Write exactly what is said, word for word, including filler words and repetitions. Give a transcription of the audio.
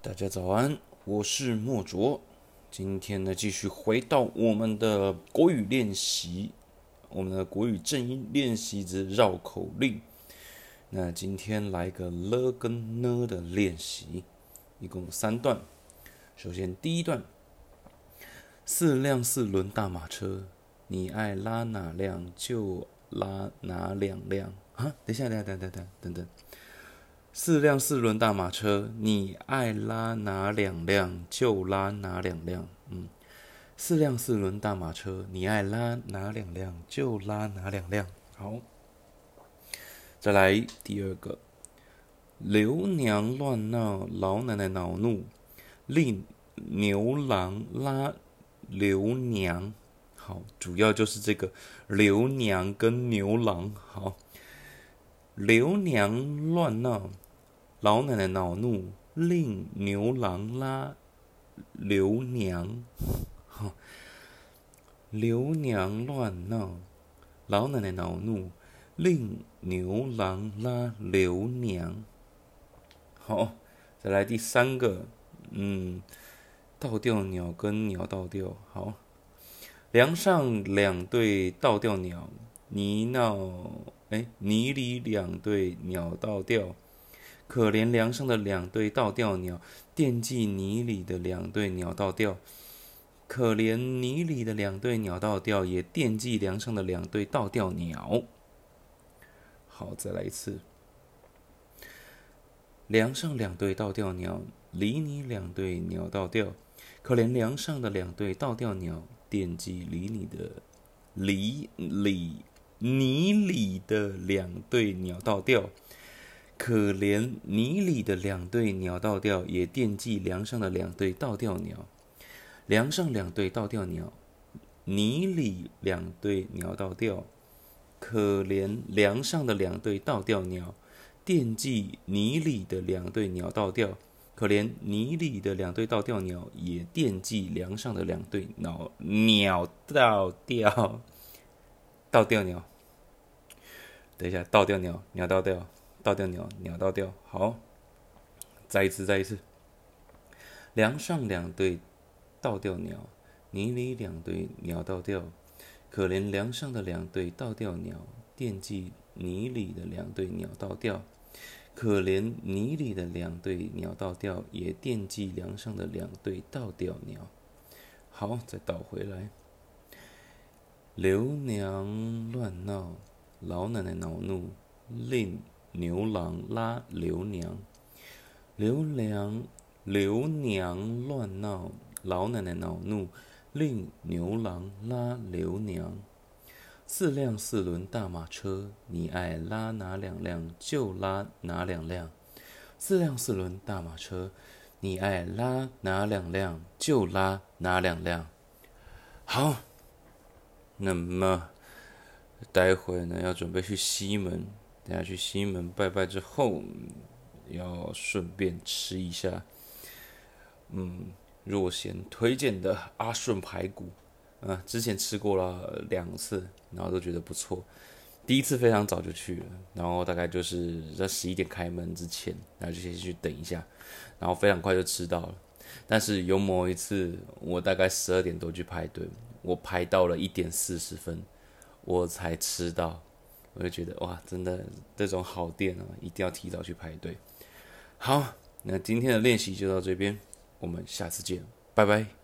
大家早安，我是莫卓。今天呢，继续回到我们的国语练习，我们的国语正音练习之绕口令。那今天来个了跟呢的练习，一共有三段。首先第一段，四辆四轮大马车，你爱拉哪辆就拉哪两辆啊？等一下，等一下，等等等等等。四辆四轮大马车，你爱拉哪两辆就拉哪两辆。嗯，四辆四轮大马车，你爱拉哪两辆就拉哪两辆。好，再来第二个，刘娘乱闹，老奶奶恼怒，令牛郎拉刘娘。好，主要就是这个刘娘跟牛郎。好。刘娘乱闹，老奶奶恼怒，令牛郎拉刘娘。刘娘乱闹，老奶奶恼怒，令牛郎拉刘娘。好，再来第三个，嗯，倒吊鸟跟鸟倒吊。好，梁上两对倒吊鸟，泥闹。哎，泥里两对鸟倒吊，可怜梁上的两对倒吊鸟，惦记泥里的两对鸟倒吊。可怜泥里的两对鸟倒吊，也惦记梁上的两对倒吊鸟。好，再来一次。梁上两对倒吊鸟，离你两对鸟倒吊。可怜梁上的两对倒吊鸟，惦记离你的离里。泥里的两对鸟倒吊，可怜泥里的两对鸟倒吊，也惦记梁上的两对倒吊鸟。梁上两对倒吊鸟，泥里两对鸟倒吊，可怜梁上的两对倒吊鸟，惦记泥里的两对鸟倒吊。可怜泥里的两对倒吊鸟，也惦记梁上的两对鸟鸟倒吊。倒吊鸟。等一下，倒吊鸟，鸟倒吊，倒吊鸟，鸟倒吊。好，再一次，再一次。梁上两对倒吊鸟，泥里两对鸟倒吊。可怜梁上的两对倒吊鸟，惦记泥里的两对鸟倒吊。可怜泥里的两对鸟倒吊，也惦记梁上的两对倒吊鸟。好，再倒回来。刘娘乱闹，老奶奶恼怒，令牛郎拉刘娘。刘娘刘娘乱闹，老奶奶恼怒，令牛郎拉刘娘。四辆四轮大马车，你爱拉哪两辆就拉哪两辆。四辆四轮大马车，你爱拉哪两辆就拉哪两辆。好，那么待会呢要准备去西门，等下去西门拜拜之后，要顺便吃一下，嗯，若贤推荐的阿顺排骨。啊，之前吃过了两次，然后都觉得不错。第一次非常早就去了，然后大概就是在十一点开门之前，然后就先去等一下，然后非常快就吃到了。但是有某一次，我大概十二点多去排队，我排到了一点四十分，我才吃到。我就觉得哇，真的这种好店啊，一定要提早去排队。好，那今天的练习就到这边，我们下次见，拜拜。